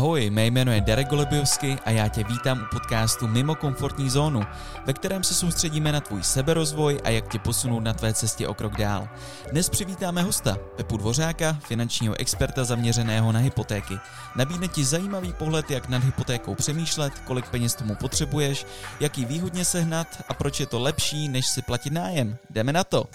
Ahoj, mé jméno je Derek Golubovský a já tě vítám u podcastu Mimo komfortní zónu, ve kterém se soustředíme na tvůj seberozvoj a jak tě posunout na tvé cestě o krok dál. Dnes přivítáme hosta, Pepu Dvořáka, finančního experta zaměřeného na hypotéky. Nabídne ti zajímavý pohled, jak nad hypotékou přemýšlet, kolik peněz tomu potřebuješ, jak ji výhodně sehnat a proč je to lepší, než si platit nájem. Jdeme na to!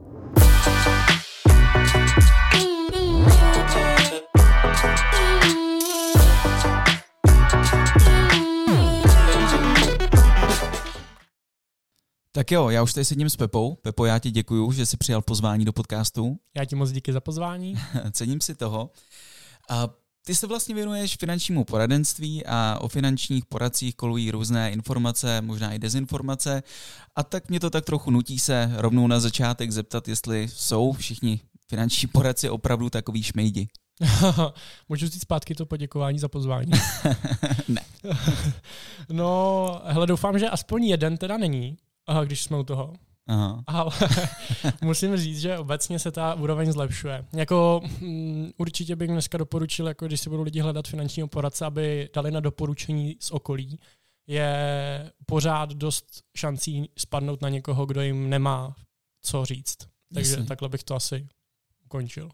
Tak jo, já už tady sedím s Pepou. Pepo, já ti děkuju, že jsi přijal pozvání do podcastu. Já ti moc díky za pozvání. Cením si toho. A ty se vlastně věnuješ finančnímu poradenství a o finančních poradcích kolují různé informace, možná i dezinformace. A tak mě to tak trochu nutí se rovnou na začátek zeptat, jestli jsou všichni finanční poradci opravdu takový šmejdi. Můžu říct zpátky to poděkování za pozvání? Ne. No, hele, doufám, že aspoň jeden teda není. Aha, když jsme u toho. Aha. Ale musím říct, že obecně se ta úroveň zlepšuje. Jako určitě bych dneska doporučil, jako když si budou lidi hledat finančního poradce, aby dali na doporučení z okolí. Je pořád dost šancí spadnout na někoho, kdo jim nemá co říct. Takže takhle bych to asi ukončil.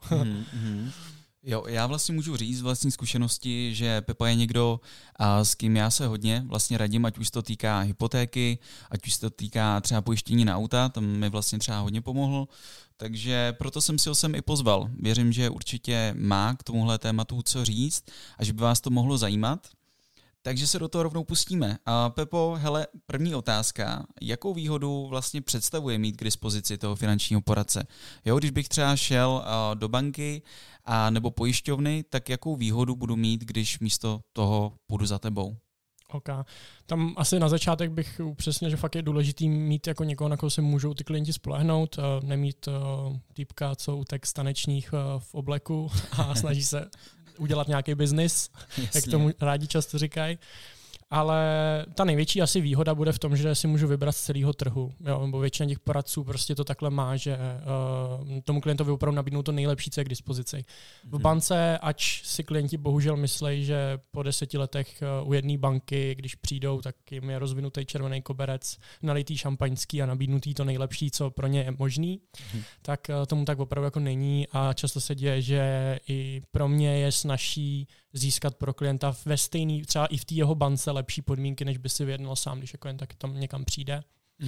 Jo, já vlastně můžu říct z vlastní zkušenosti, že Pepa je někdo, s kým já se hodně vlastně radím, ať už se to týká hypotéky, ať už se to týká třeba pojištění na auta, tam mi vlastně třeba hodně pomohl, takže proto jsem si ho sem i pozval. Věřím, že určitě má k tomuhle tématu co říct a že by vás to mohlo zajímat. Takže se do toho rovnou pustíme. A Pepo, hele, první otázka. Jakou výhodu vlastně představuje mít k dispozici toho finančního poradce? Jo, když bych třeba šel do banky a nebo pojišťovny, tak jakou výhodu budu mít, když místo toho půjdu za tebou? OK. Tam asi na začátek bych upřesnil, že fakt je důležitý mít jako někoho, na koho se můžou ty klienti spolehnout, nemít týpka, co utek z tanečních v obleku a snaží se udělat nějaký biznis, jak tomu rádi často říkají. Ale ta největší asi výhoda bude v tom, že si můžu vybrat z celého trhu. Jo, nebo většina těch poradců prostě to takhle má, že tomu klientovi opravdu nabídnou to nejlepší, co je k dispozici. V bance, ač si klienti bohužel myslejí, že po 10 letech u jedné banky, když přijdou, tak jim je rozvinutý červený koberec, nalitý šampaňský a nabídnutý to nejlepší, co pro ně je možný, tak tomu tak opravdu jako není a často se děje, že i pro mě je snazší získat pro klienta ve stejný, třeba i v té jeho bance lepší podmínky, než by si vyjednal sám, když jako jen tak tam někam přijde.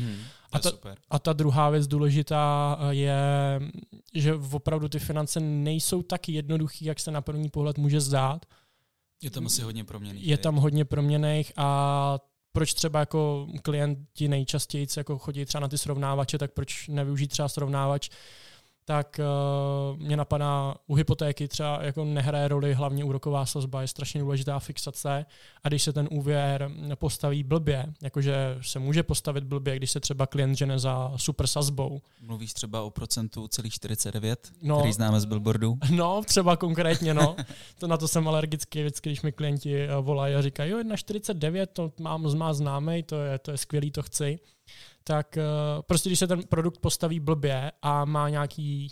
A ta druhá věc důležitá je, že opravdu ty finance nejsou tak jednoduchý, jak se na první pohled může zdát. Je tam asi hodně proměnných. Je tam hodně proměnných a proč třeba jako klienti nejčastěji jako chodí třeba na ty srovnávače, tak proč nevyužít třeba srovnávač? Tak mě napadá u hypotéky třeba jako nehraje roli hlavně úroková sazba, je strašně důležitá fixace a když se ten úvěr postaví blbě, jakože se může postavit blbě, když se třeba klient žene za super sazbou. Mluvíš třeba o procentu celých 49, který známe z billboardu? No, třeba konkrétně, no. Na to jsem alergický vždycky, když mi klienti volají a říkají, jo, 1,49, to má známej, to je skvělý, to chci. Tak prostě když se ten produkt postaví blbě a má nějaký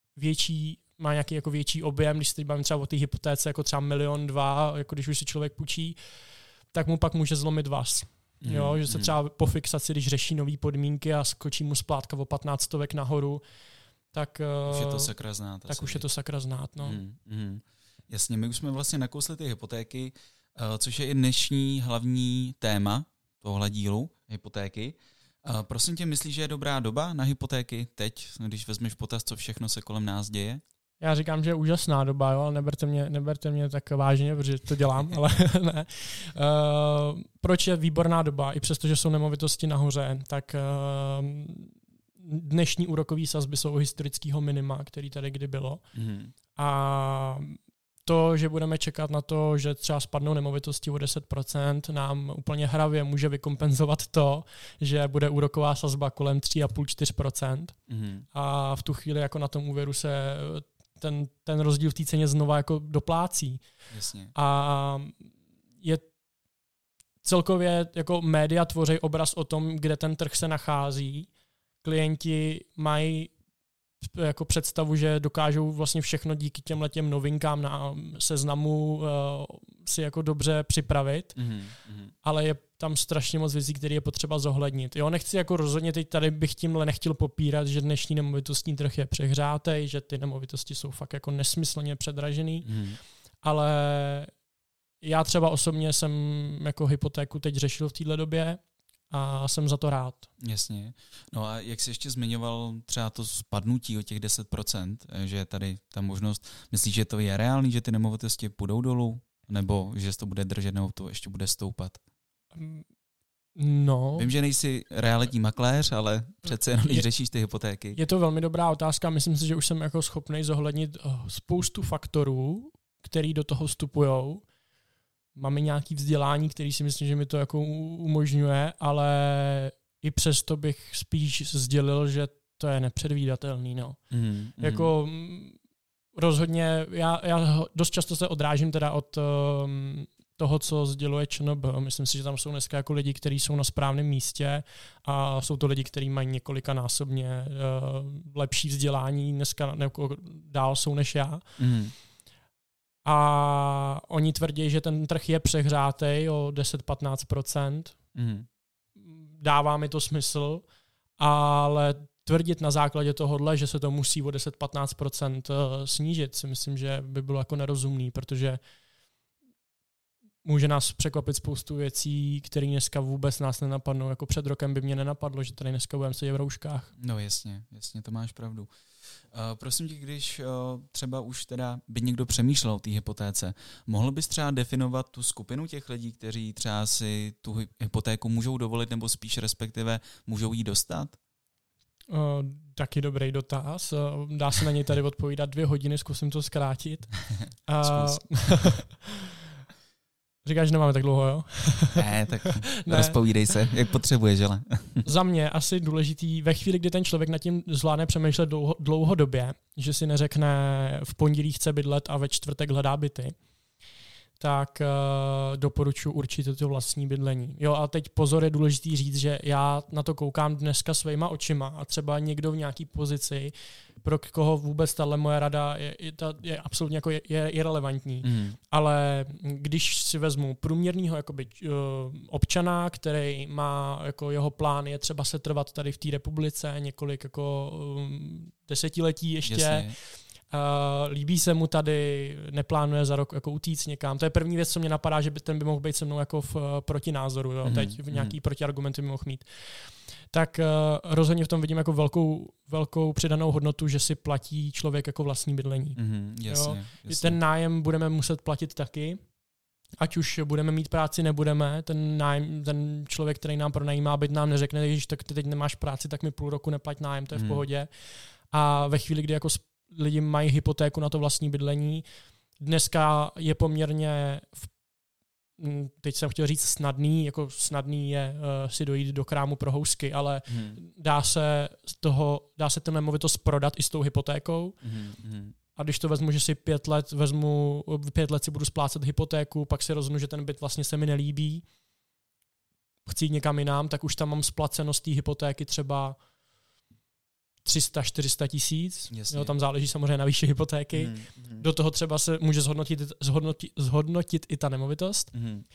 jako větší objem, když se teď bavím třeba o té hypotéce, jako třeba 1,2 milionu, jako když už si člověk půjčí, tak mu pak může zlomit vaz. Jo, že se třeba po fixaci, když řeší nové podmínky a skočí mu splátka o 15 stovek nahoru, tak už je to sakra znát. Tak už je to sakra znát, no. Jasně, my už jsme vlastně nakousli ty hypotéky, což je i dnešní hlavní téma tohle dílu, hypotéky. Prosím tě, myslíš, že je dobrá doba na hypotéky teď, když vezmeš v potaz, co všechno se kolem nás děje? Já říkám, že je úžasná doba, jo, ale neberte mě tak vážně, protože to dělám, ale ne. Proč je výborná doba? I přesto, že jsou nemovitosti nahoře, tak dnešní úrokové sazby jsou u historického minima, který tady kdy bylo. A to, že budeme čekat na to, že třeba spadnou nemovitosti o 10%, nám úplně hravě může vykompenzovat to, že bude úroková sazba kolem 3,5–4%. A v tu chvíli jako na tom úvěru se ten rozdíl v té ceně znova jako doplácí. Jasně. A je celkově jako média tvoří obraz o tom, kde ten trh se nachází. Klienti mají jako představu, že dokážou vlastně všechno díky těmhletěm novinkám na seznamu si jako dobře připravit, ale je tam strašně moc věcí, které je potřeba zohlednit. Jo, nechci jako rozhodně teď tady bych tímhle nechtěl popírat, že dnešní nemovitostní trh je přehrátej, že ty nemovitosti jsou fakt jako nesmyslně předražený, ale já třeba osobně jsem jako hypotéku teď řešil v téhle době a jsem za to rád. Jasně. No a jak jsi ještě zmiňoval třeba to spadnutí o těch 10%, že je tady ta možnost, myslíš, že to je reálný, že ty nemovitosti půjdou dolů, nebo že se to bude držet, nebo to ještě bude stoupat? No. Vím, že nejsi realitní makléř, ale přece jenom když řešíš ty hypotéky. Je to velmi dobrá otázka. Myslím si, že už jsem jako schopný zohlednit spoustu faktorů, který do toho vstupujou. Máme nějaké vzdělání, který si myslím, že mi to jako umožňuje, ale i přesto bych spíš sdělil, že to je nepředvídatelný. No. Jako rozhodně, já dost často se odrážím teda od toho, co sděluje ČNB. Myslím si, že tam jsou dneska jako lidi, kteří jsou na správném místě a jsou to lidi, kteří mají několikanásobně lepší vzdělání, dneska jako dál jsou než já. A oni tvrdí, že ten trh je přehrátej o 10-15%. Dává mi to smysl, ale tvrdit na základě tohohle, že se to musí o 10-15% snížit, si myslím, že by bylo jako nerozumný, protože může nás překvapit spoustu věcí, které dneska vůbec nás nenapadnou. Jako před rokem by mě nenapadlo, že tady dneska budeme sedět v rouškách. No jasně, to máš pravdu. Prosím tě, když třeba už teda by někdo přemýšlel o té hypotéce, mohl bys třeba definovat tu skupinu těch lidí, kteří třeba si tu hypotéku můžou dovolit, nebo spíš respektive můžou jí dostat? Taky dobrý dotaz. Dá se na něj tady odpovídat 2 hodiny, zkusím to zkrátit. Říkáš, že nemáme tak dlouho, jo? Ne, tak rozpovídej se, jak potřebuješ, ale. Za mě asi důležitý, ve chvíli, kdy ten člověk nad tím zvládne přemýšlet dlouhodobě, že si neřekne v pondělí chce bydlet a ve čtvrtek hledá byty, tak doporučuji určitě to vlastní bydlení. Jo, a teď pozor, je důležitý říct, že já na to koukám dneska svýma očima a třeba někdo v nějaký pozici, pro koho vůbec tahle moje rada je absolutně jako je relevantní. Ale když si vezmu průměrného jakoby, občana, který má jako jeho plán je třeba se trvat tady v té republice několik jako desetiletí ještě, jasně. Líbí se mu tady, neplánuje za rok jako utíct někam. To je první věc, co mě napadá, že ten by mohl být se mnou jako v protinázoru. Jo? Teď v nějaký protiargumenty by mohl mít. Tak rozhodně v tom vidím jako velkou přidanou hodnotu, že si platí člověk jako vlastní bydlení. Jasně. Ten nájem budeme muset platit taky. Ať už budeme mít práci, nebudeme, ten člověk, který nám pronajímá byt, nám neřekne, že tak ty teď nemáš práci, tak mi půl roku neplať nájem, to je v pohodě. A ve chvíli, kdy jako lidi mají hypotéku na to vlastní bydlení, dneska je poměrně, teď jsem chtěl říct snadný, jako snadný je si dojít do krámu pro housky, ale dá se tu nemovitost prodat i s tou hypotékou. A když to vezmu, že si 5 let si budu splácet hypotéku, pak si rozhodnu, že ten byt vlastně se mi nelíbí, chci jít někam jinam, tak už tam mám splacenost té hypotéky třeba 300-400 tisíc. Jo, tam záleží samozřejmě na výši hypotéky. Do toho třeba se může zhodnotit i ta nemovitost.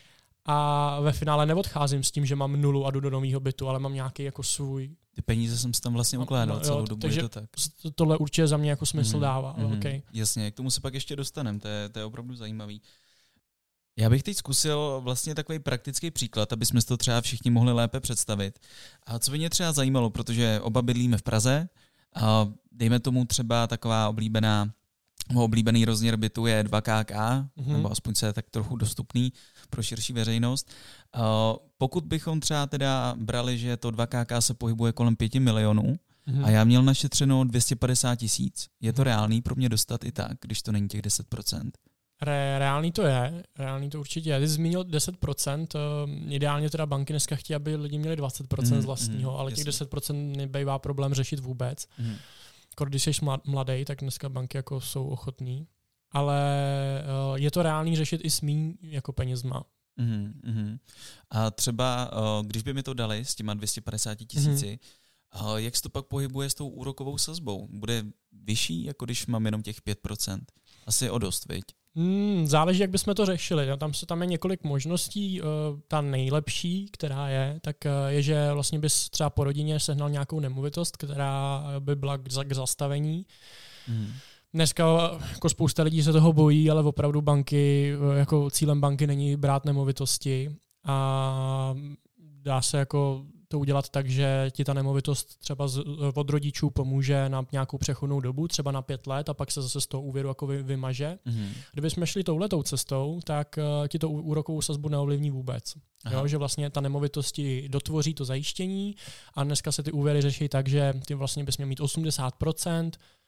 A ve finále neodcházím s tím, že mám 0 a jdu do nového bytu, ale mám nějaký jako svůj. Ty peníze jsem si tam vlastně ukládal celou dobu, je to tak. Tohle určitě za mě jako smysl dává. Okay. Jasně, k tomu se pak ještě dostaneme, to je opravdu zajímavý. Já bych teď zkusil vlastně takový praktický příklad, aby jsme to třeba všichni mohli lépe představit. A co by mě třeba zajímalo, protože oba bydlíme v Praze, a dejme tomu třeba taková oblíbený rozměr bytu je 2KK, nebo aspoň se je tak trochu dostupný pro širší veřejnost. Pokud bychom třeba teda brali, že to 2KK se pohybuje kolem 5 milionů a já měl našetřeno 250 tisíc, je to reálný pro mě dostat i tak, když to není těch 10%? Reálný to určitě je. Ty jsi zmínil 10%, ideálně teda banky dneska chtějí, aby lidi měli 20% z vlastního, ale těch 10% nebývá problém řešit vůbec. Když jsi mladý, tak dneska banky jako jsou ochotní, ale je to reálný řešit i s míň jako penězma. A třeba, když by mi to dali s těma 250 tisíci, A jak se to pak pohybuje s tou úrokovou sazbou? Bude vyšší, jako když mám jenom těch 5%? Asi o dost, viď? Záleží, jak bychom to řešili. Tam je několik možností. Ta nejlepší, která je, tak je, že vlastně bys třeba po rodině sehnal nějakou nemovitost, která by byla k zastavení. Dneska jako spousta lidí se toho bojí, ale opravdu banky, jako cílem banky není brát nemovitosti a dá se jako to udělat tak, že ti ta nemovitost třeba od rodičů pomůže na nějakou přechodnou dobu, třeba na 5 let a pak se zase z toho úvěru jako vymaže. Kdybychom šli touhletou cestou, tak ti to úrokovou sazbu neovlivní vůbec. Jo, že vlastně ta nemovitosti dotvoří to zajištění a dneska se ty úvěry řeší tak, že ty vlastně bys měl mít 80%,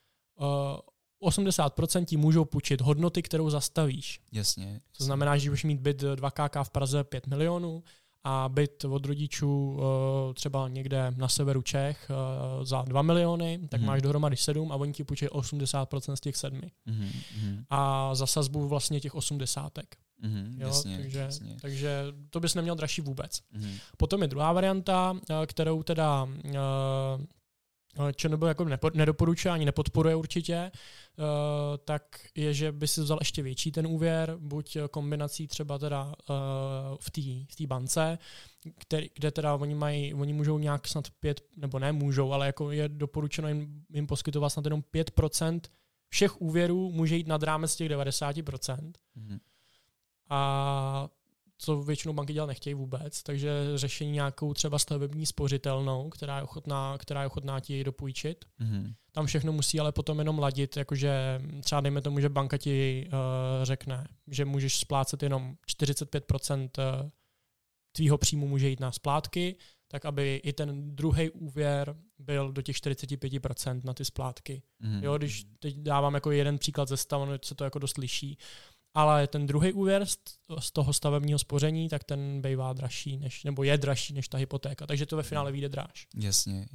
80% ti můžou půjčit hodnoty, kterou zastavíš. Jasně. To znamená, že budeš mít byt 2KK v Praze 5 milionů a byt od rodičů třeba někde na severu Čech za 2 miliony, tak máš dohromady 7 a oni ti půjčí 80% z těch 7. A za sazbu vlastně těch 80. Jo, jasně, takže to bys neměl dražší vůbec. Potom je druhá varianta, kterou teda ČNB jako nedoporučuje ani nepodporuje určitě, tak je, že by si vzal ještě větší ten úvěr, buď kombinací třeba teda v té bance, kde teda oni můžou nějak snad 5, nebo ne můžou, ale jako je doporučeno jim poskytovat snad jenom 5% všech úvěrů může jít nad rámec těch 90%. A co většinou banky dělat nechtějí vůbec, takže řešení nějakou třeba stavební spořitelnou, která je ochotná ti jej dopůjčit. Tam všechno musí ale potom jenom ladit, jakože třeba dejme tomu, že banka ti řekne, že můžeš splácet jenom 45% tvýho příjmu může jít na splátky, tak aby i ten druhý úvěr byl do těch 45% na ty splátky. Jo, když teď dávám jako jeden příklad ze stavu, se to jako dost liší, ale ten druhý úvěr z toho stavebního spoření, tak ten bývá dražší, nebo je dražší než ta hypotéka, takže to ve finále vyjde dráž. Jasně.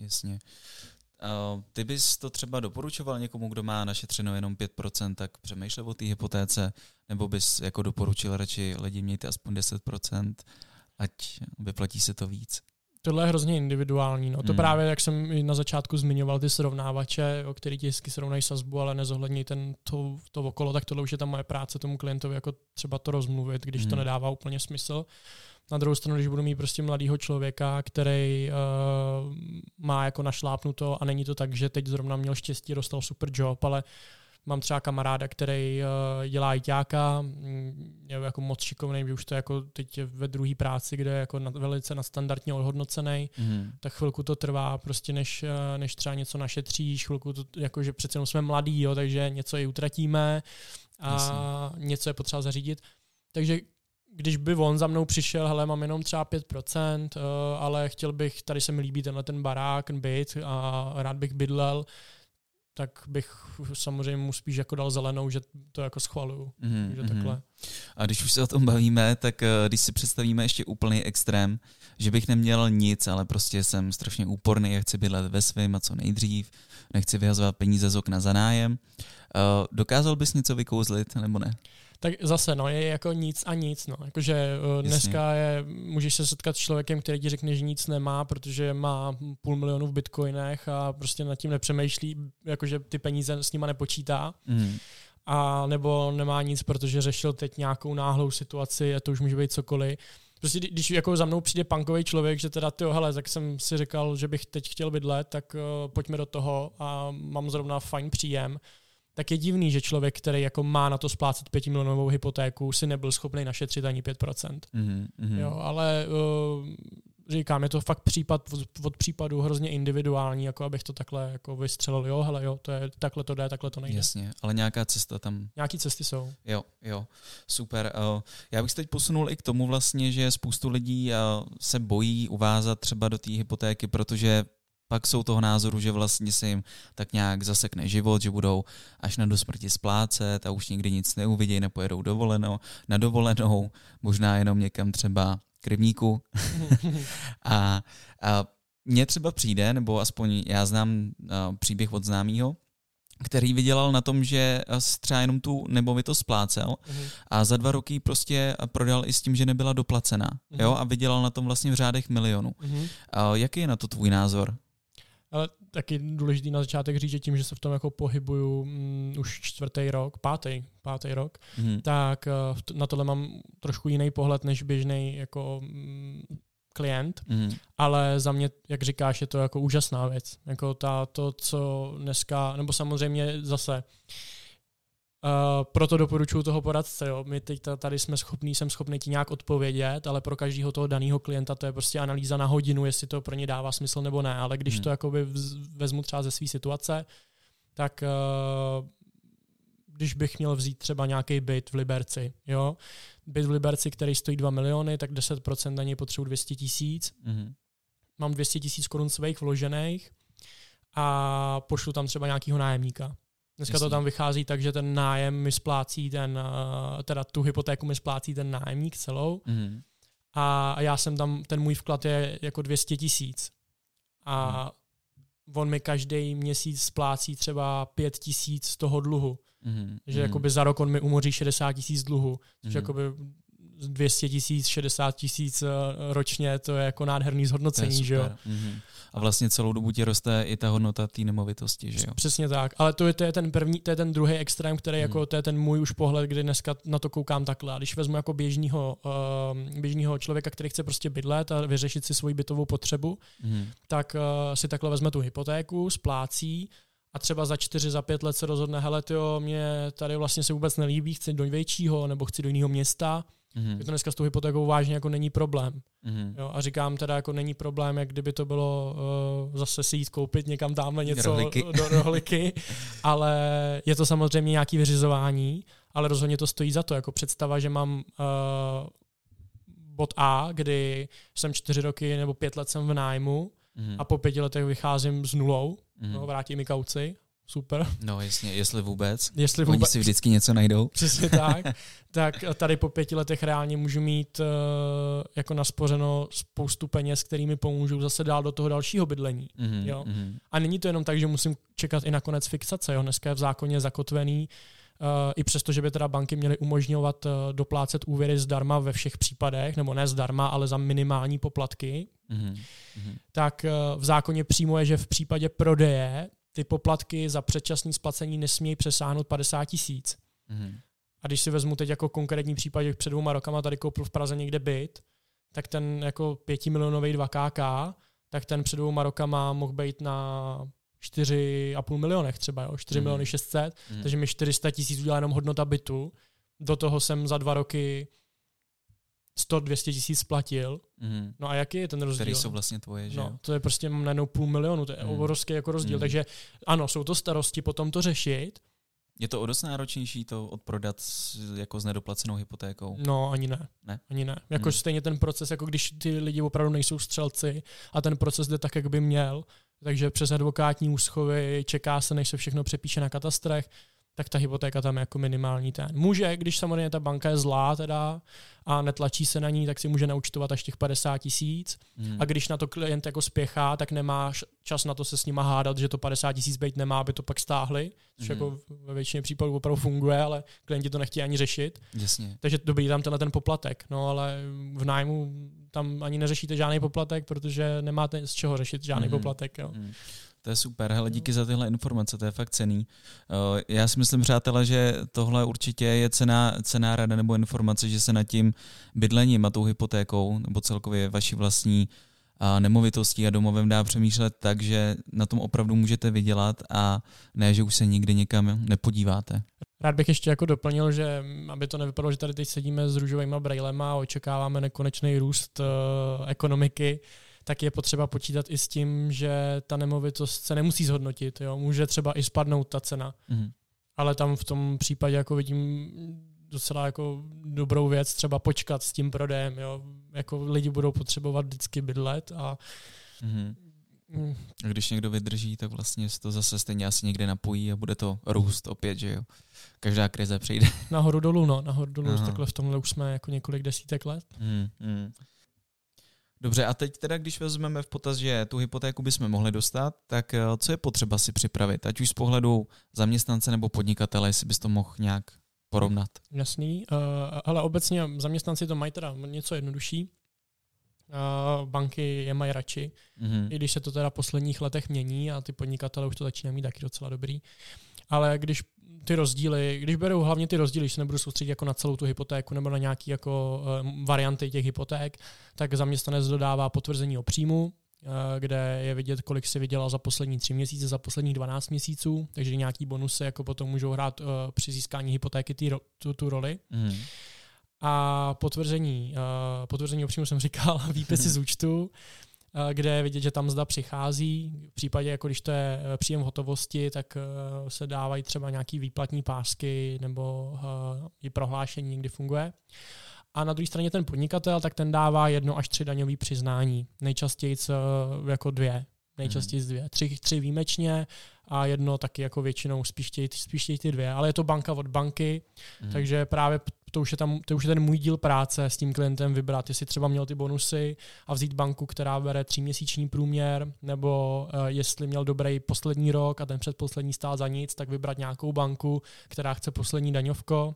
Ty bys to třeba doporučoval někomu, kdo má našetřeno jenom 5%, tak přemýšlel o té hypotéce, nebo bys jako doporučil radši lidi mějte aspoň 10%, ať vyplatí se to víc? Tohle je hrozně individuální. No. To právě, jak jsem na začátku zmiňoval, ty srovnávače, o který ti hezky srovnají sazbu, ale nezohlední to okolo, tak tohle už je ta moje práce tomu klientovi jako třeba to rozmluvit, když to nedává úplně smysl. Na druhou stranu, když budu mít prostě mladýho člověka, který má jako našlápnuto a není to tak, že teď zrovna měl štěstí, dostal super job, ale mám třeba kamaráda, který dělá ajťáka, je jako moc šikovný, už to jako teď ve druhé práci, kde je jako velice nadstandardně ohodnocený, tak chvilku to trvá prostě, než třeba něco našetříš, chvilku to, jako, že přece jenom jsme mladí, jo, takže něco i utratíme a něco je potřeba zařídit. Takže když by on za mnou přišel, hele, mám jenom třeba 5%, ale chtěl bych, tady se mi líbí ten barák, ten byt a rád bych bydlel, tak bych samozřejmě mu spíš jako dal zelenou, že to jako schvaluju. Takže takhle. A když už se o tom bavíme, tak když si představíme ještě úplný extrém, že bych neměl nic, ale prostě jsem strašně úporný a chci bydlet ve svém a co nejdřív, nechci vyhazovat peníze z okna za nájem. Dokázal bys něco vykouzlit, nebo ne? Tak zase, no, je jako nic a nic, no. Jakože dneska můžeš se setkat s člověkem, který ti řekne, že nic nemá, protože má 500 000 v bitcoinech a prostě nad tím nepřemýšlí, jakože ty peníze s nima nepočítá. A nebo nemá nic, protože řešil teď nějakou náhlou situaci a to už může být cokoliv. Prostě když jako za mnou přijde punkový člověk, že teda hele, tak jsem si říkal, že bych teď chtěl bydlet, tak pojďme do toho a mám zrovna fajn příjem, tak je divný, že člověk, který jako má na to splácet 5 milionovou hypotéku, si nebyl schopný našetřit ani 5%. Jo, ale říkám, je to fakt případ od případu hrozně individuální, jako abych to takhle jako vystřelil, to je, takhle to jde, takhle to nejde. Jasně, ale nějaká cesta tam. Nějaký cesty jsou. Jo, super. Já bych se teď posunul i k tomu vlastně, že spoustu lidí se bojí uvázat třeba do té hypotéky, protože pak jsou toho názoru, že vlastně se jim tak nějak zasekne život, že budou až na dosmrti splácet a už nikdy nic neuvidějí, nepojedou na dovolenou, možná jenom někam třeba k rybníku. a mně třeba přijde, nebo aspoň já znám příběh od známýho, který vydělal na tom, že třeba jenom tu nemovitost splácel a za 2 roky prostě prodal i s tím, že nebyla doplacená. Jo? A vydělal na tom vlastně v řádech milionů. Jaký je na to tvůj názor? Ale taky důležitý na začátek říct, že tím, že se v tom jako pohybuju už pátý rok, tak na tohle mám trošku jiný pohled než běžný jako klient, ale za mě, jak říkáš, je to jako úžasná věc. Jako to, co dneska, nebo samozřejmě zase proto doporučuji toho poradce. Jo. My teď tady jsem schopný ti nějak odpovědět, ale pro každého toho daného klienta to je prostě analýza na hodinu, jestli to pro ně dává smysl nebo ne. Ale když to jakoby vezmu třeba ze své situace, tak když bych měl vzít třeba nějaký byt v Liberci, jo, byt v Liberci, který stojí 2 miliony, tak 10% na něj potřebuji 200 000. Mám 200 000 korun svých vložených a pošlu tam třeba nějakého nájemníka. Dneska to tam vychází tak, že ten nájem mi splácí teda tu hypotéku mi splácí ten nájemník celou a já jsem tam, ten můj vklad je jako 200 000 a on mi každý měsíc splácí třeba 5 000 z toho dluhu. Že jakoby za rok on mi umoří 60 000 dluhu, což jakoby 200 000, 60 000 ročně, to je jako nádherný zhodnocení, že jo. A vlastně celou dobu ti roste i ta hodnota té nemovitosti, že jo. Přesně tak, ale to je ten první, to je ten druhý extrém, který jako to je ten můj už pohled, kdy dneska na to koukám takhle. A když vezmu jako běžného člověka, který chce prostě bydlet a vyřešit si svoji bytovou potřebu, tak si takhle vezme tu hypotéku, splácí a třeba za 4, za 5 let se rozhodne, hele tyjo, mě tady vlastně se vůbec nelíbí, chci do většího nebo chci do jiného města. Je to dneska s tou hypotékou vážně jako není problém. Jo, a říkám teda jako není problém, jak kdyby to bylo zase si jít koupit někam tamhle něco do rohliky, ale je to samozřejmě nějaké vyřizování, ale rozhodně to stojí za to. Jako představa, že mám bod A, kdy jsem 4 roky nebo 5 let jsem v nájmu a po 5 letech vycházím s nulou, no, vrátí mi kauci. Super. No jasně, jestli vůbec. Oni si vždycky něco najdou. Přesně tak. Tak tady po 5 letech reálně můžu mít jako naspořeno spoustu peněz, kterými pomůžou zase dál do toho dalšího bydlení. Jo? A není to jenom tak, že musím čekat i na konec fixace. Jo? Dneska je v zákoně zakotvený, i přesto, že by teda banky měly umožňovat doplácet úvěry zdarma ve všech případech, nebo ne zdarma, ale za minimální poplatky, tak v zákoně přímo je, že v případě prodeje ty poplatky za předčasné splacení nesmějí přesáhnout 50 000. A když si vezmu teď jako konkrétní případ, že před 2 rokama tady koupil v Praze někde byt, tak ten jako 5 milionový 2KK, tak ten před 2 rokama mohl být na 4,5 milionech třeba, jo? 4 miliony 600, takže mi 400 000 udělá jenom hodnota bytu. Do toho jsem za 2 roky 100-200 000 splatil. No a jaký je ten rozdíl? Který jsou vlastně tvoje, že jo? No, to je prostě mám najednou 500 000, to je obrovský jako rozdíl. Takže ano, jsou to starosti potom to řešit. Je to o dost náročnější to odprodat jako s nedoplacenou hypotékou? No, ani ne. Ani ne. Jako stejně ten proces, jako když ty lidi opravdu nejsou střelci a ten proces jde tak, jak by měl, takže přes advokátní úschovy čeká se, než se všechno přepíše na katastrech, tak ta hypotéka tam je jako minimální ten. Může, když samozřejmě ta banka je zlá teda a netlačí se na ní, tak si může naúčtovat až těch 50 000. A když na to klient jako spěchá, tak nemá čas na to se s nima hádat, že to 50 000 být nemá, aby to pak stáhli. Což jako ve většině případů opravdu funguje, ale klienti to nechtějí ani řešit. Jasně. Takže dobrý tam ten poplatek. No ale v nájmu tam ani neřešíte žádný poplatek, protože nemáte z čeho řešit žádný poplatek. Jo. To je super, hele, díky za tyhle informace, to je fakt cenný. Já si myslím, přátelé, že tohle určitě je cená rada nebo informace, že se nad tím bydlením a tou hypotékou nebo celkově vaší vlastní nemovitostí a domovem dá přemýšlet tak, že na tom opravdu můžete vydělat a ne, že už se nikdy někam nepodíváte. Rád bych ještě jako doplnil, že aby to nevypadalo, že tady teď sedíme s růžovýma brejlema a očekáváme nekonečný růst ekonomiky, tak je potřeba počítat i s tím, že ta nemovitost se nemusí zhodnotit. Jo? Může třeba i spadnout ta cena. Ale tam v tom případě jako vidím docela jako dobrou věc třeba počkat s tím prodejem. Jo? Jako lidi budou potřebovat vždycky bydlet a a když někdo vydrží, tak vlastně se to zase stejně asi někde napojí a bude to růst opět, že jo. Každá krize přijde. Nahoru dolů, takhle v tomhle už jsme jako několik desítek let. Dobře, a teď teda, když vezmeme v potaz, že tu hypotéku bychom mohli dostat, tak co je potřeba si připravit? Ať už z pohledu zaměstnance nebo podnikatele, jestli bys to mohl nějak porovnat. Jasný, ale obecně zaměstnanci to mají teda něco jednodušší. banky je mají radši, i když se to teda v posledních letech mění a ty podnikatele už to začínají mít taky docela dobrý. Ale když berou hlavně ty rozdíly, když se nebudu soustředit jako na celou tu hypotéku nebo na nějaký jako varianty těch hypoték, tak zaměstnanec dodává potvrzení o příjmu, kde je vidět, kolik si vydělal za poslední 3 měsíce, za posledních 12 měsíců, takže nějaký bonusy jako potom můžou hrát při získání hypotéky tu roli. A potvrzení o příjmu jsem říkal, výpisy z účtu, kde je vidět, že tam mzda přichází. V případě, jako když to je příjem hotovosti, tak se dávají třeba nějaký výplatní pásky nebo i prohlášení někdy funguje. A na druhé straně ten podnikatel, tak ten dává 1 až 3 daňový přiznání. Nejčastěji jako 2. Nejčastěji 2. 3 výjimečně a 1 taky jako většinou spíš ty 2. Ale je to banka od banky, takže právě to už je ten můj díl práce s tím klientem vybrat, jestli třeba měl ty bonusy a vzít banku, která bere 3měsíční průměr, nebo jestli měl dobrý poslední rok a ten předposlední stál za nic, tak vybrat nějakou banku, která chce poslední daňovko.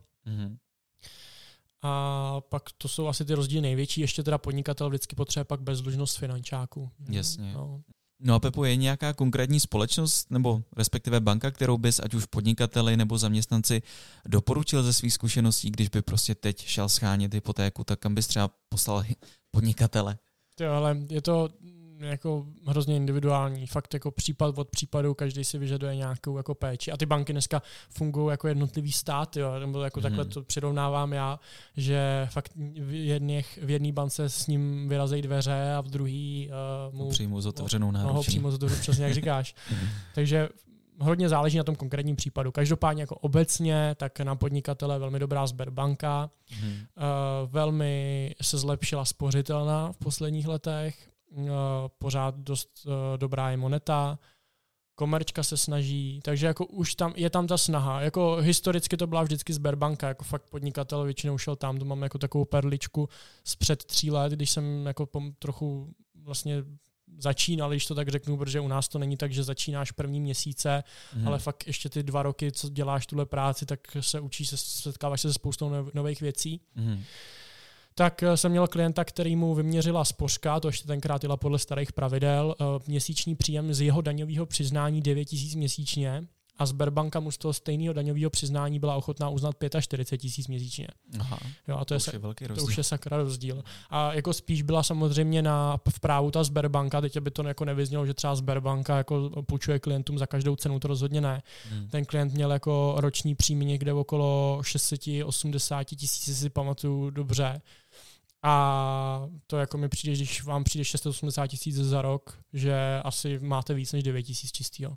A pak to jsou asi ty rozdíly největší. Ještě teda podnikatel vždycky potřebuje pak bezdlužnost finančáků. Jasně. No a Pepo, je nějaká konkrétní společnost nebo respektive banka, kterou bys ať už podnikateli nebo zaměstnanci doporučil ze svých zkušeností, když by prostě teď šel schánět hypotéku, tak kam bys třeba poslal podnikatele? Ale je to jako hrozně individuální. Fakt jako případ od případu, každý si vyžaduje nějakou jako péči. A ty banky dneska fungují jako jednotlivý stát, jo, nebo jako takhle to přirovnávám já, že fakt v jedné bance s ním vyrazejí dveře a v druhý mu přijmu s otevřenou náručí. Přímo s otevřenou, přesně jak říkáš. Takže hodně záleží na tom konkrétním případu. Každopádně jako obecně, tak na podnikatele velmi dobrá Sberbanka. Velmi se zlepšila spořitelna v posledních letech. Pořád dost dobrá je Moneta, Komerčka se snaží, takže jako už tam je tam ta snaha. Jako historicky to byla vždycky Sberbanka, jako fakt podnikatel většinou šel tam, to mám jako takovou perličku z před 3 let, když jsem jako trochu vlastně začínal, když to tak řeknu, protože u nás to není tak, že začínáš první měsíce, ale fakt ještě ty 2 roky, co děláš tuhle práci, tak se učíš, setkáváš se se spoustou nových věcí. Tak jsem měl klienta, který mu vyměřila spořka, to ještě tenkrát jela podle starých pravidel, měsíční příjem z jeho daňového přiznání 9 000 měsíčně a Sberbanka mu z toho stejného daňového přiznání byla ochotná uznat 45 000 měsíčně. Aha, jo, a to je velký rozdíl. To už je sakra rozdíl. A jako spíš byla samozřejmě v právu ta Sberbanka, teď by to jako nevyznělo, že třeba Sberbanka jako půjčuje klientům za každou cenu, to rozhodně ne. Ten klient měl jako roční příjmy někde okolo 680 000, si pamatuju dobře. A to jako mi přijde, když vám přijde 680 000 za rok, že asi máte víc než 9 000 čistýho.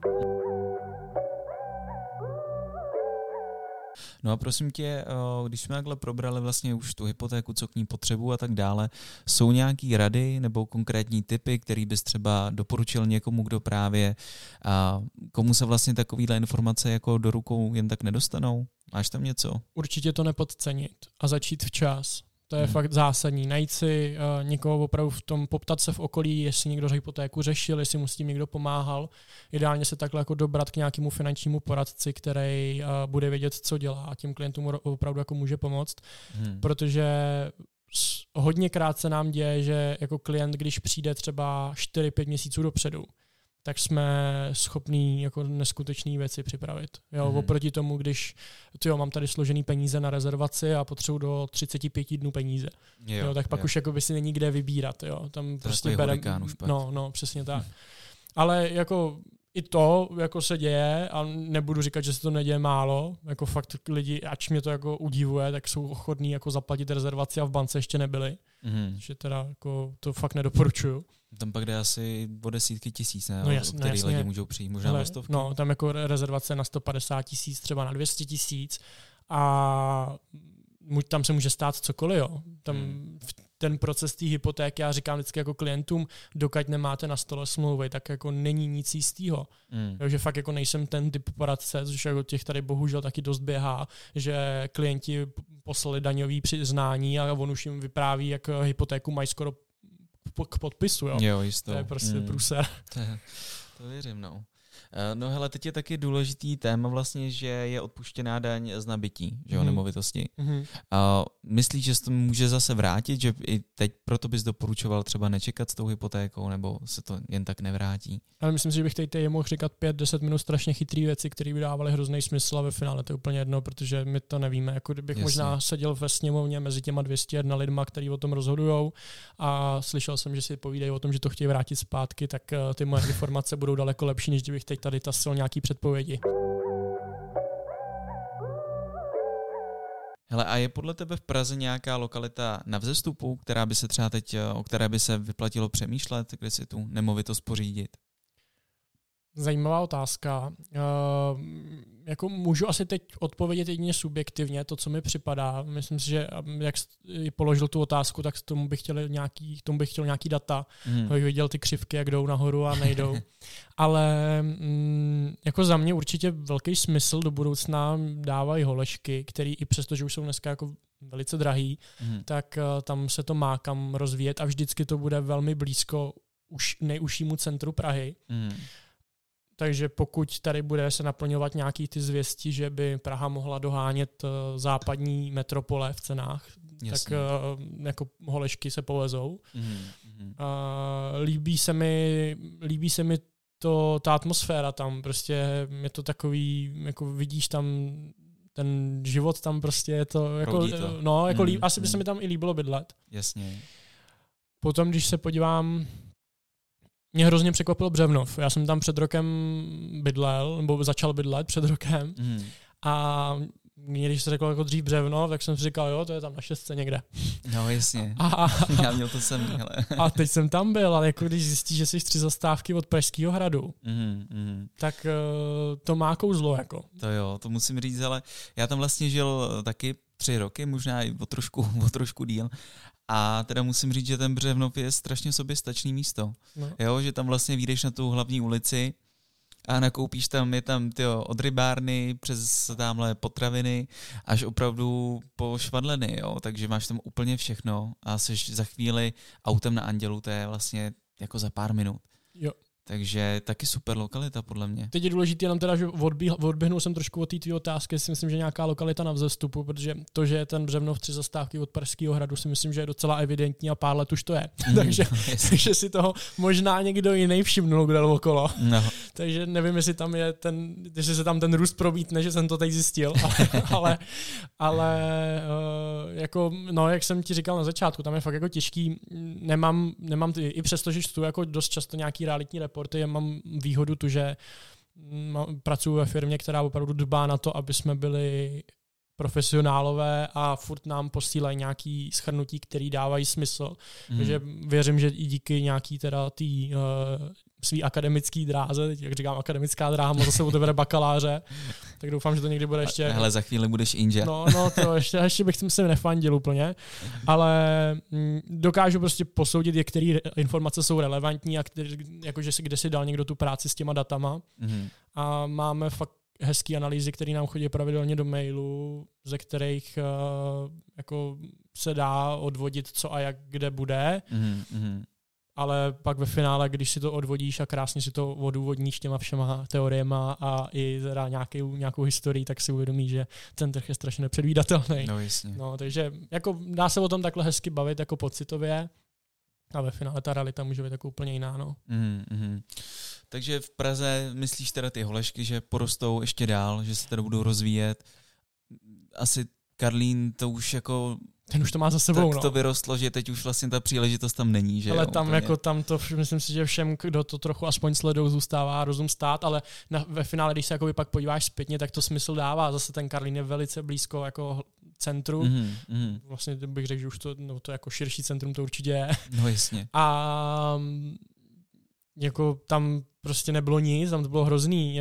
No a prosím tě, když jsme takhle probrali vlastně už tu hypotéku, co k ní potřebuji a tak dále, jsou nějaký rady nebo konkrétní tipy, který bys třeba doporučil někomu, kdo právě, komu se vlastně takovýhle informace jako do rukou jen tak nedostanou? Máš tam něco? Určitě to nepodcenit a začít včas. To je fakt zásadní. Najít si někoho opravdu v tom, poptat se v okolí, jestli někdo hypotéku řešil, jestli mu s tím někdo pomáhal. Ideálně se takhle jako dobrat k nějakému finančnímu poradci, který bude vědět, co dělá a těm klientům opravdu jako může pomoct. Protože hodněkrát se nám děje, že jako klient, když přijde třeba 4-5 měsíců dopředu, tak jsme schopní jako neskutečné věci připravit. Jo, oproti tomu, když mám tady složený peníze na rezervaci a potřebuji do 35 dnů peníze. Jo, tak pak už jako by si není kde vybírat. Jo. Tam to prostě No, přesně tak. Ale jako i to jako se děje a nebudu říkat, že se to neděje málo. Jako fakt lidi, ač mě to jako udivuje, tak jsou ochotní jako zaplatit rezervaci a v bance ještě nebyli. Takže teda jako to fakt nedoporučuju. Tam pak jde asi o desítky tisíc, ne? No jasně, který lidi můžou přijít, možná na stovky. No, tam jako rezervace na 150 000, třeba na 200 000 a tam se může stát cokoliv, jo. Tam ten proces té hypotéky, já říkám vždycky jako klientům, dokud nemáte na stole smlouvy, tak jako není nic jistýho. Takže fakt jako nejsem ten typ poradce, což jako těch tady bohužel taky dost běhá, že klienti poslali daňový přiznání a on už jim vypráví, jak hypotéku mají skoro k podpisu. Jo, jo, jisto. To je prostě průser. To věřím, no. No hele, teď je taky důležitý téma vlastně, že je odpuštěná daň z nabytí, že jo, nemovitosti. Myslíš, že se to může zase vrátit, že i teď proto bys doporučoval třeba nečekat s tou hypotékou, nebo se to jen tak nevrátí? Ale myslím si, že bych tady mohl říkat 5-10 minut strašně chytrý věci, které by dávaly hrozný smysl a ve finále to je úplně jedno, protože my to nevíme. Jako kdybych možná seděl ve sněmovně mezi těma 201 lidma, kteří o tom rozhodujou a slyšel jsem, že si povídají o tom, že to chtějí vrátit zpátky, tak ty moje informace budou daleko lepší, než kdybych teď tady tasil nějaký předpovědi. Hele, a je podle tebe v Praze nějaká lokalita na vzestupu, která by se třeba teď, o které by se vyplatilo přemýšlet, kde si tu nemovitost pořídit? Zajímavá otázka. Jako můžu asi teď odpovědět jedině subjektivně, to, co mi připadá. Myslím si, že jak jsi položil tu otázku, tak tomu bych chtěl nějaký data, abych viděl ty křivky, jak jdou nahoru a nejdou. Ale jako za mě určitě velký smysl do budoucna dávají Holešky, který i přesto, že už jsou dneska jako velice drahý, tak tam se to má kam rozvíjet a vždycky to bude velmi blízko už nejužšímu centru Prahy. Takže pokud tady bude se naplňovat nějaký ty zvěsti, že by Praha mohla dohánět západní metropole v cenách, tak jako Holešky se povezou. Líbí se mi ta atmosféra tam, prostě je to takový, jako vidíš tam ten život tam prostě je to, jako, no, jako asi by se mi tam i líbilo bydlet. Jasně. Potom, když se podívám, mě hrozně překvapil Břevnov. Já jsem tam před rokem bydlel, nebo začal bydlet před rokem a když se řekl jako dřív Břevnov, tak jsem si říkal, jo, to je tam na 6 někde. No jasně, já měl to sem. Hele. A teď jsem tam byl, ale jako když zjistíš, že jsi 3 zastávky od Pražského hradu, tak to má kouzlo. Jako. To jo, to musím říct, ale já tam vlastně žil taky 3 roky, možná i o trošku díl. A teda musím říct, že ten Břevnov je strašně soběstačný místo. No. Jo, že tam vlastně vyjdeš na tu hlavní ulici a nakoupíš tam, je tam od rybárny přes tamhle potraviny až opravdu po švadleny, jo, takže máš tam úplně všechno a jsi za chvíli autem na Andělu, to je vlastně jako za pár minut. Jo. Takže taky super lokalita, podle mě. Teď je důležité jenom teda, že odběhnul jsem trošku od té tvý otázky, si myslím, že nějaká lokalita na vzestupu, protože to, že je ten Břevnov 3 zastávky od Pražského hradu, si myslím, že je docela evidentní a pár let už to je. Takže si toho možná někdo jiný všimnul, kdo okolo. No. Takže nevím, jestli se tam ten růst probítne, že jsem to teď zjistil, ale jako, no, jak jsem ti říkal na začátku, tam je fakt jako těžký, nemám i přesto, že čtu jako dost často nějaký realitní reporty, mám výhodu tu, že pracuji ve firmě, která opravdu dbá na to, aby jsme byli profesionálové a furt nám posílají nějaký shrnutí, který dávají smysl. Takže věřím, že i díky nějaký teda tý svý akademický dráze, jak říkám, akademická dráha, má zase otevře bakaláře, tak doufám, že to někdy bude ještě... Hele, za chvíli budeš inženýr. No, to ještě bych se nefandil úplně, ale dokážu prostě posoudit, které informace jsou relevantní a kde si dal někdo tu práci s těma datama. A máme fakt hezký analýzy, které nám chodí pravidelně do mailu, ze kterých jako se dá odvodit, co a jak kde bude. Ale pak ve finále, když si to odvodíš a krásně si to odůvodníš těma všema teoriema a i teda nějakou historii, tak si uvědomíš, že ten trh je strašně nepředvídatelný. No, jasně. No, takže jako dá se o tom takhle hezky bavit jako pocitově a ve finále ta realita může být jako úplně jiná. No. Takže v Praze myslíš teda ty Holešky, že porostou ještě dál, že se teda budou rozvíjet? Asi Karlín to už jako... Ten už to má za sebou, tak to vyrostlo, že teď už vlastně ta příležitost tam není, že? Ale tam jako tam to, myslím si, že všem, kdo to trochu aspoň sledou, zůstává rozum stát, ale ve finále, když se jako pak podíváš zpětně, tak to smysl dává. Zase ten Karlín je velice blízko jako centru. Vlastně bych řekl, že už to jako širší centrum to určitě je. No jasně. A jako tam prostě nebylo nic, tam to bylo hrozný.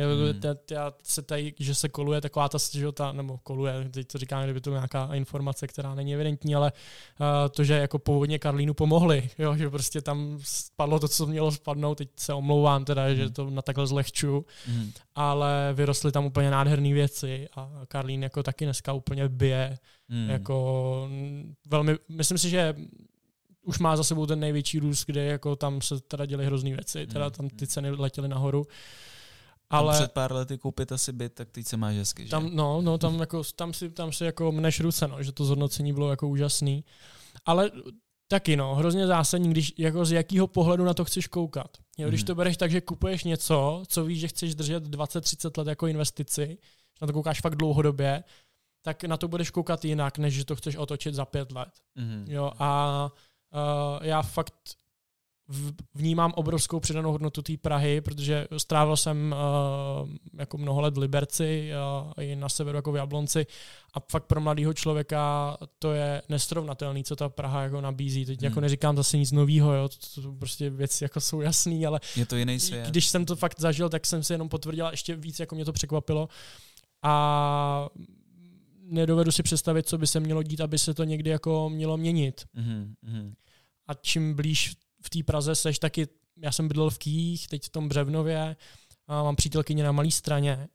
Že se koluje taková nebo koluje, teď to říkám, kdyby to nějaká informace, která není evidentní, ale to, že jako původně Karlínu pomohli, jo, že prostě tam spadlo to, co mělo spadnout, teď se omlouvám teda, že to na takhle zlehču, ale vyrostly tam úplně nádherné věci a Karlín jako taky dneska úplně bije, jako velmi, myslím si, že už má za sebou ten největší růst, kde jako tam se teda děly hrozný věci, teda tam ty ceny letěly nahoru. Ale před pár lety koupit asi byt, tak teď se máš hezky, že? Tam si jako mneš ruce, no, že to zhodnocení bylo jako úžasný. Ale taky hrozně zásadní, když jako z jakého pohledu na to chceš koukat. Jo, když to bereš tak, že kupuješ něco, co víš, že chceš držet 20-30 let jako investici, na to koukáš fakt dlouhodobě, tak na to budeš koukat jinak, než že to chceš otočit za 5 let. Jo, a já fakt vnímám obrovskou přidanou hodnotu té Prahy, protože strávil jsem jako mnoho let v Liberci i na severu jako v Jablonci a fakt pro mladého člověka to je nesrovnatelný, co ta Praha jako nabízí. Teď jako neříkám zase nic novýho, jo, to prostě věci jako jsou jasný, ale je to jiný svět. Když jsem to fakt zažil, tak jsem si jenom potvrdil, ještě víc jako mě to překvapilo a nedovedu si představit, co by se mělo dít, aby se to někdy jako mělo měnit. A čím blíž v té Praze seš, taky já jsem bydlel v Kyjích, teď v tom Břevnově, a mám přítelkyně na Malé Straně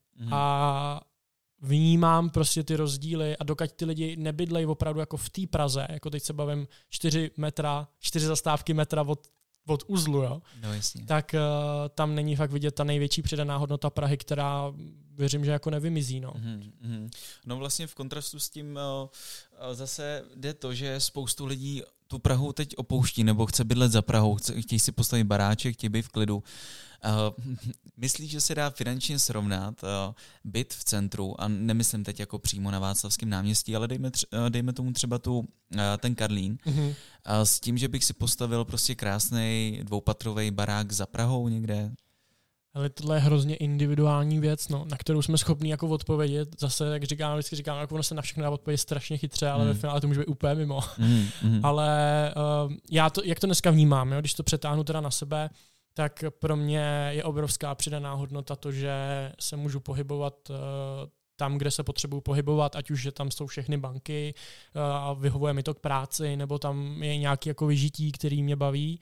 a vnímám prostě ty rozdíly a dokud ty lidi nebydlejí opravdu jako v té Praze, jako teď se bavím 4 zastávky metra od uzlu, jo, no, jasně. Tak tam není fakt vidět ta největší přidaná hodnota Prahy, která věřím, že jako nevymizí. No. No vlastně v kontrastu s tím zase jde to, že spoustu lidí tu Prahu teď opouští nebo chce bydlet za Prahou, chtějí si postavit baráček, chtějí být v klidu. Myslíš, že se dá finančně srovnat byt v centru, a nemyslím teď jako přímo na Václavském náměstí, ale dejme tomu třeba ten Karlín, s tím, že bych si postavil prostě krásný dvoupatrový barák za Prahou někde? Ale tohle je hrozně individuální věc, no, na kterou jsme schopni jako odpovědět. Zase, jak vždycky říkám, jako ono se na všechno dá odpovědět strašně chytře, ale ve finále to může být úplně mimo. Ale jak to dneska vnímám, jo, když to přetáhnu teda na sebe, tak pro mě je obrovská přidaná hodnota to, že se můžu pohybovat tam, kde se potřebuju pohybovat, ať už že tam jsou všechny banky a vyhovuje mi to k práci, nebo tam je nějaký jako vyžití, který mě baví.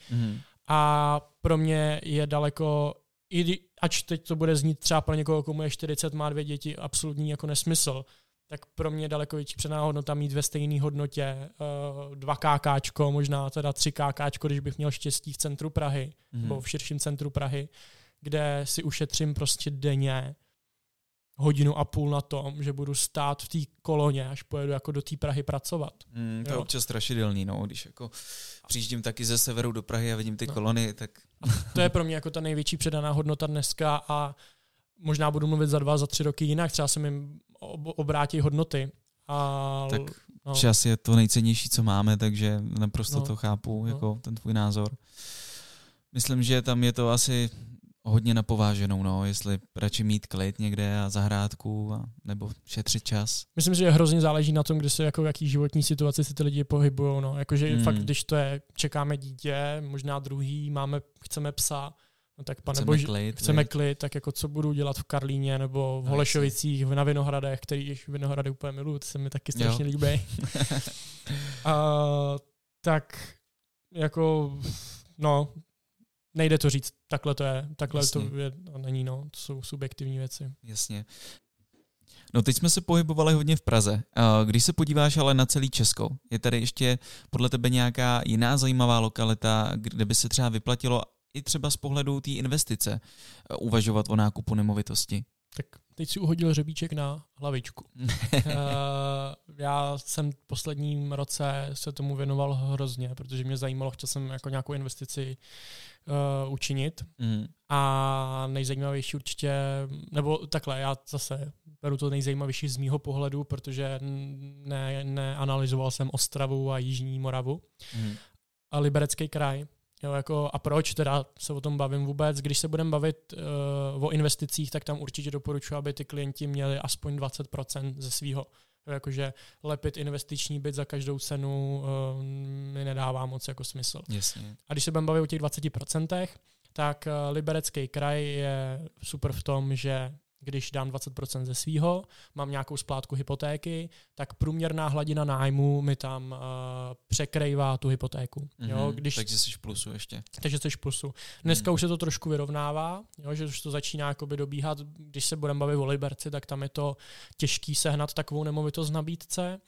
A pro mě je daleko, ač teď to bude znít třeba pro někoho, komu je 40, má 2 děti, absolutní jako nesmysl, tak pro mě je daleko větší přidaná hodnota mít ve stejné hodnotě 2 KKčko, možná teda 3 KKčko, když bych měl štěstí v centru Prahy, nebo v širším centru Prahy, kde si ušetřím prostě denně 1,5 hodiny na tom, že budu stát v té koloně, až pojedu jako do té Prahy pracovat. To je občas strašidelný, no, když jako přijíždím taky ze severu do Prahy a vidím ty kolony, tak... To je pro mě jako ta největší přidaná hodnota dneska a možná budu mluvit za 2, za 3 roky jinak, třeba se mi obrátí hodnoty. Tak čas je to nejcennější, co máme, takže naprosto to chápu, jako ten tvůj názor. Myslím, že tam je to asi hodně napováženou, no, jestli radši mít klid někde a zahrádku, nebo šetřit čas. Myslím, že hrozně záleží na tom, kde se jako v jaký životní situaci si ty lidi pohybujou, no, jakože fakt, když to je, čekáme dítě, možná druhý, chceme psa, no tak chceme klid, tak jako co budu dělat v Karlíně nebo v Holešovicích, na Vinohradech, který Vinohrady úplně miluju, to se mi taky strašně líbí. Tak jako, no, nejde to říct, takhle to je, a není, no, to jsou subjektivní věci. Jasně. No teď jsme se pohybovali hodně v Praze. Když se podíváš ale na celý Česko, je tady ještě podle tebe nějaká jiná zajímavá lokalita, kde by se třeba vyplatilo i třeba z pohledu té investice uvažovat o nákupu nemovitosti? Tak teď si uhodil hřebíček na hlavičku. Já jsem v posledním roce se tomu věnoval hrozně, protože mě zajímalo, chtěl jsem jako nějakou investici učinit. A nejzajímavější určitě, nebo takhle, já zase beru to nejzajímavější z mýho pohledu, protože neanalyzoval jsem Ostravu a Jižní Moravu. A Liberecký kraj. Jo, jako, a proč teda se o tom bavím vůbec? Když se budeme bavit o investicích, tak tam určitě doporučuji, aby ty klienti měli aspoň 20% ze svýho. Jakože lepit investiční byt za každou cenu mi nedává moc jako smysl. Jasně. A když se budeme bavit o těch 20%, tak Liberecký kraj je super v tom, že když dám 20% ze svýho, mám nějakou splátku hypotéky, tak průměrná hladina nájmu mi tam překrývá tu hypotéku. Jo, takže jsi v plusu ještě. Takže jsi v plusu. Dneska už se to trošku vyrovnává, jo, že už to začíná jakoby dobíhat. Když se budeme bavit o Liberci, tak tam je to těžký sehnat takovou nemovitost v nabídce.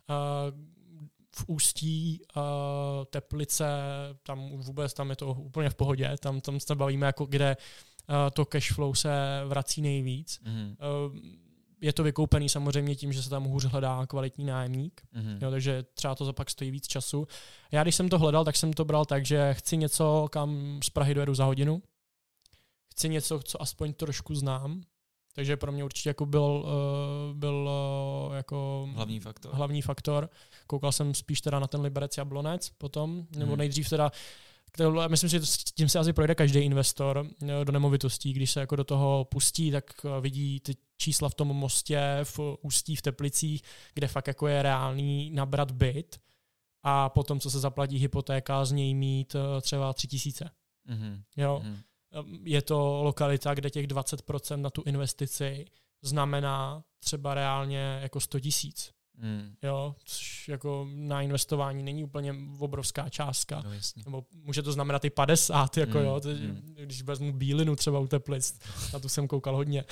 V Ústí, Teplice, tam je to úplně v pohodě. Tam se bavíme, jako kde to cash flow se vrací nejvíc. Je to vykoupený samozřejmě tím, že se tam hůř hledá kvalitní nájemník, jo, takže třeba to pak stojí víc času. Já když jsem to hledal, tak jsem to bral tak, že chci něco, kam z Prahy dojedu za hodinu. Chci něco, co aspoň trošku znám. Takže pro mě určitě jako byl jako hlavní faktor. Koukal jsem spíš teda na ten Liberec Jablonec potom, nebo nejdřív teda, myslím si, že tím se asi projde každý investor do nemovitostí, když se jako do toho pustí, tak vidí ty čísla v tom Mostě, v Ústí, v Teplicích, kde fakt jako je reálný nabrat byt a potom, co se zaplatí hypotéka, z něj mít třeba 3000. Jo. Je to lokalita, kde těch 20% na tu investici znamená třeba reálně jako 100 000. Jo, což jako na investování není úplně obrovská částka. No, nebo může to znamenat i 50, jako jo, když vezmu Bílinu třeba u Teplic, na tu jsem koukal hodně.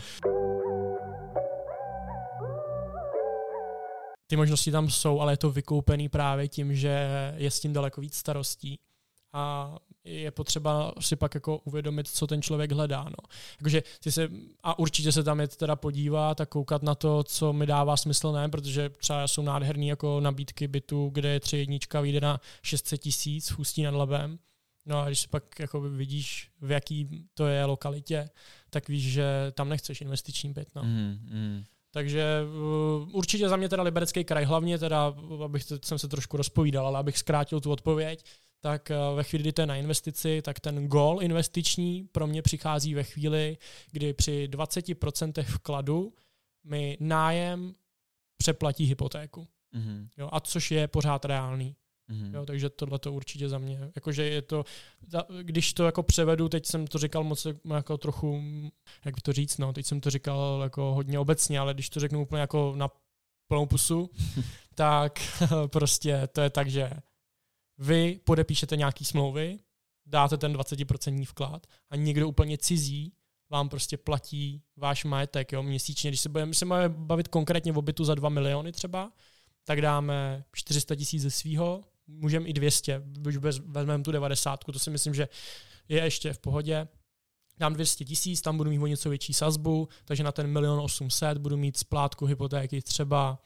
Ty možnosti tam jsou, ale je to vykoupený právě tím, že je s tím daleko víc starostí. A je potřeba si pak jako uvědomit, co ten člověk hledá. No. Jakože a určitě se tam jet teda podívat a koukat na to, co mi dává smysl, ne, protože třeba jsou nádherný jako nabídky bytu, kde je 3/1 vyjde na 600 000 v Ústí nad Labem. No a když si pak jako vidíš, v jaký to je lokalitě, tak víš, že tam nechceš investiční byt. No. Takže určitě za mě teda Liberecký kraj, hlavně teda, jsem se trošku rozpovídal, ale abych zkrátil tu odpověď, tak ve chvíli, kdy to je na investici, tak ten goal investiční pro mě přichází ve chvíli, kdy při 20% vkladu mi nájem přeplatí hypotéku. Jo, a což je pořád reálný. Jo, takže tohle to určitě za mě. Jakože je to, když to jako převedu, teď jsem to říkal moc jako trochu, jak to říct, no, teď jsem to říkal jako hodně obecně, ale když to řeknu úplně jako na plnou pusu, tak prostě to je tak, že vy podepíšete nějaký smlouvy, dáte ten 20% vklad a někdo úplně cizí vám prostě platí váš majetek, jo, měsíčně. Když se budeme bavit konkrétně o bytu za 2 miliony třeba, tak dáme 400 000 ze svýho, můžeme i 200, už vezmeme tu 90, to si myslím, že je ještě v pohodě. Dám 200 000, tam budu mít o něco větší sazbu, takže na ten 1 800 000 budu mít splátku hypotéky třeba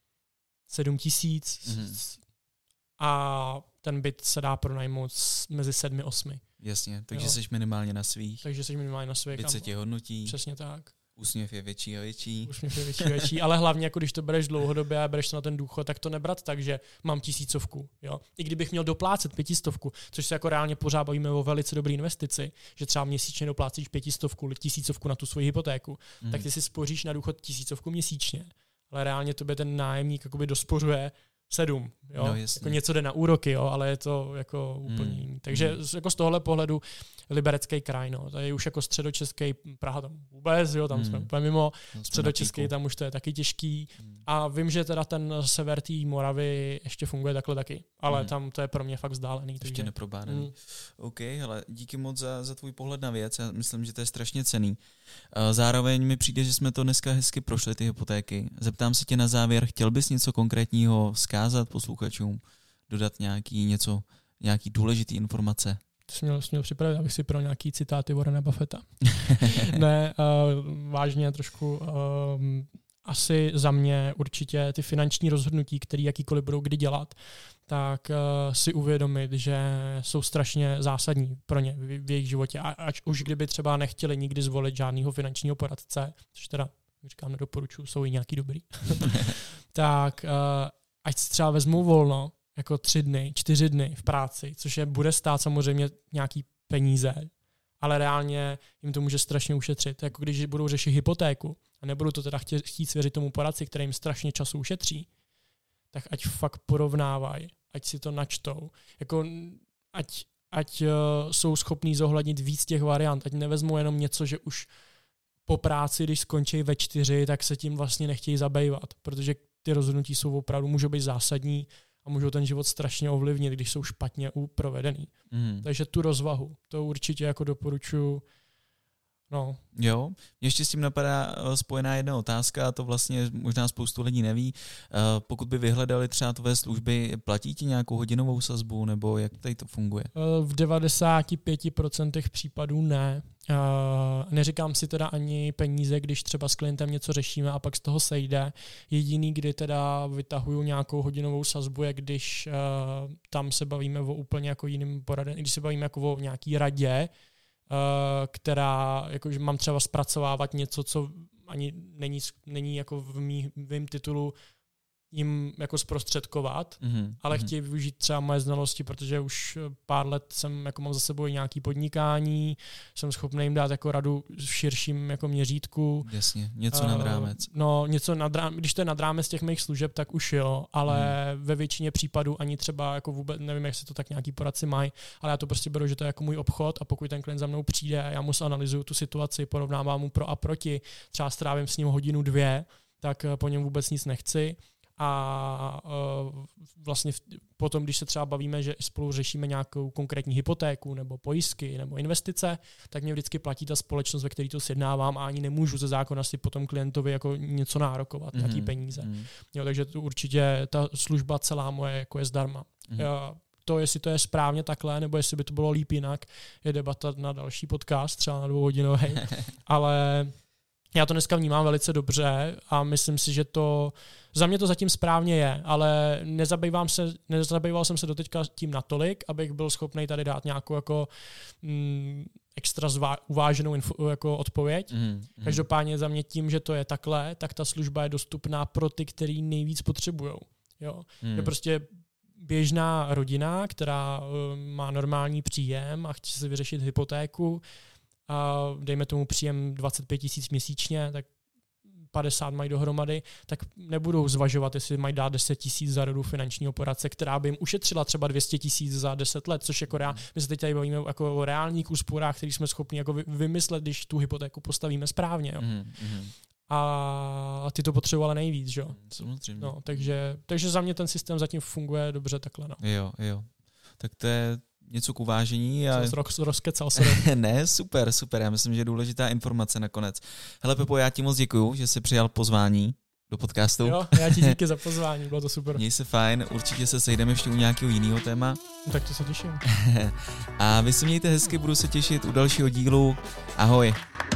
7 000 a ten byt se dá pronajmout mezi 7 a 8. Jasně, takže jsi minimálně na svých. Takže jsi minimálně na svých. Byt se tě hodnotí. Přesně tak. Úsměv je větší a větší. Úsměv je větší a větší, ale hlavně jako když to bereš dlouhodobě a bereš to na ten důchod, tak to nebrat tak, že mám 1000, jo. I kdybych měl doplácet 500, což se jako reálně pořád bavíme o velice dobré investici, že třeba měsíčně doplácíš 500, 1000 na tu svoji hypotéku, tak ty si spoříš na důchod 1000 měsíčně, ale reálně tobě ten nájemník jakoby dospořuje 7, jo? No, jako něco jde na úroky, jo, ale je to jako úplně jiný. Takže jako z tohohle pohledu Liberecký kraj, no, to je už jako středočeský, Praha tam vůbec, jo, tam jsme úplně mimo, středočeský tam už to je taky těžký a vím, že teda ten sever té Moravy ještě funguje takhle taky, ale tam to je pro mě fakt vzdálený. Ještě takže neprobádaný. OK, hele, díky moc za tvůj pohled na věc, já myslím, že to je strašně cenný. Zároveň mi přijde, že jsme to dneska hezky prošli, ty hypotéky. Zeptám se tě na závěr, chtěl bys něco konkrétního vzkázat posluchačům, dodat nějaký důležitý informace? To jsi měl připravit, abych si pro nějaký citáty Warrena Buffetta. Ne, vážně trošku. Asi za mě určitě ty finanční rozhodnutí, které jakýkoliv budou kdy dělat, tak si uvědomit, že jsou strašně zásadní pro ně v jejich životě. Ať už kdyby třeba nechtěli nikdy zvolit žádného finančního poradce, což teda, říkám, nedoporučuji, jsou i nějaký dobrý, tak ať si třeba vezmou volno, jako 3 dny, 4 dny v práci, což je bude stát samozřejmě nějaký peníze, ale reálně jim to může strašně ušetřit. Jako když budou řešit hypotéku a nebudou to teda chtít svěřit tomu poradci, který jim strašně času ušetří, tak ať fakt porovnávají, ať si to načtou. Jako ať jsou schopní zohlednit víc těch variant, ať nevezmou jenom něco, že už po práci, když skončí ve 4, tak se tím vlastně nechtějí zabývat, protože ty rozhodnutí jsou opravdu, můžou být zásadní a můžou ten život strašně ovlivnit, když jsou špatně provedený. Takže tu rozvahu, to určitě jako doporučuji No. Jo, ještě s tím napadá spojená jedna otázka, a to vlastně možná spoustu lidí neví. Pokud by vyhledali třeba tvé služby, platí ti nějakou hodinovou sazbu, nebo jak tady to funguje? V 95% případů ne. Neříkám si teda ani peníze, když třeba s klientem něco řešíme a pak z toho sejde. Jediný, kdy teda vytahuju nějakou hodinovou sazbu, je když tam se bavíme o úplně jako jiným poraden, když se bavíme jako o nějaký radě, která, jakože mám třeba zpracovávat něco, co ani není jako v mým titulu jim jako zprostředkovat, ale chtějí využít třeba moje znalosti, protože už pár let mám za sebou nějaký podnikání, jsem schopný jim dát jako radu v širším jako měřítku. Jasně, něco nad rámec. No, něco nad rámec, když to je nad rámec těch mých služeb, tak už jo, ale ve většině případů ani třeba jako vůbec, nevím, jak se to tak nějaký poradci mají, ale já to prostě beru, že to je jako můj obchod a pokud ten klient za mnou přijde a já mu analyzuju tu situaci, porovnávám mu pro a proti, třeba strávím s ním 1-2, tak po něm vůbec nic nechci. A vlastně potom, když se třeba bavíme, že spolu řešíme nějakou konkrétní hypotéku nebo pojistky nebo investice, tak mě vždycky platí ta společnost, ve které to sjednávám a ani nemůžu ze zákona si potom klientovi jako něco nárokovat, nějaký peníze. Jo, takže to určitě ta služba celá moje jako je zdarma. To, jestli to je správně takhle, nebo jestli by to bylo líp jinak, je debata na další podcast, třeba na 2hodinový, ale já to dneska vnímám velice dobře a myslím si, že to za mě to zatím správně je, ale nezabýval jsem se doteďka tím natolik, abych byl schopný tady dát nějakou jako extra uváženou jako odpověď. Každopádně za mě tím, že to je takhle, tak ta služba je dostupná pro ty, který nejvíc potřebujou. Jo? Je prostě běžná rodina, která má normální příjem a chce si vyřešit hypotéku, a dejme tomu příjem 25 000 měsíčně, tak 50 mají dohromady, tak nebudou zvažovat, jestli mají dát 10 000 za radu finančního poradce, která by jim ušetřila třeba 200 000 za 10 let, což jako my se teď tady bavíme jako o reálních úsporách, který jsme schopni jako vymyslet, když tu hypotéku postavíme správně. Jo. A ty to potřebovali nejvíc, že jo? Samozřejmě. No, takže za mě ten systém zatím funguje dobře takhle. No. Jo. Tak to je něco k uvážení. A... Rozkecal se. Ne, super. Já myslím, že je důležitá informace nakonec. Hele Pepo, já ti moc děkuju, že jsi přijal pozvání do podcastu. Jo, já ti díky za pozvání, bylo to super. Měj se fajn, určitě se sejdeme ještě u nějakého jiného téma. Tak to se těším. A vy si mějte hezky, budu se těšit u dalšího dílu. Ahoj.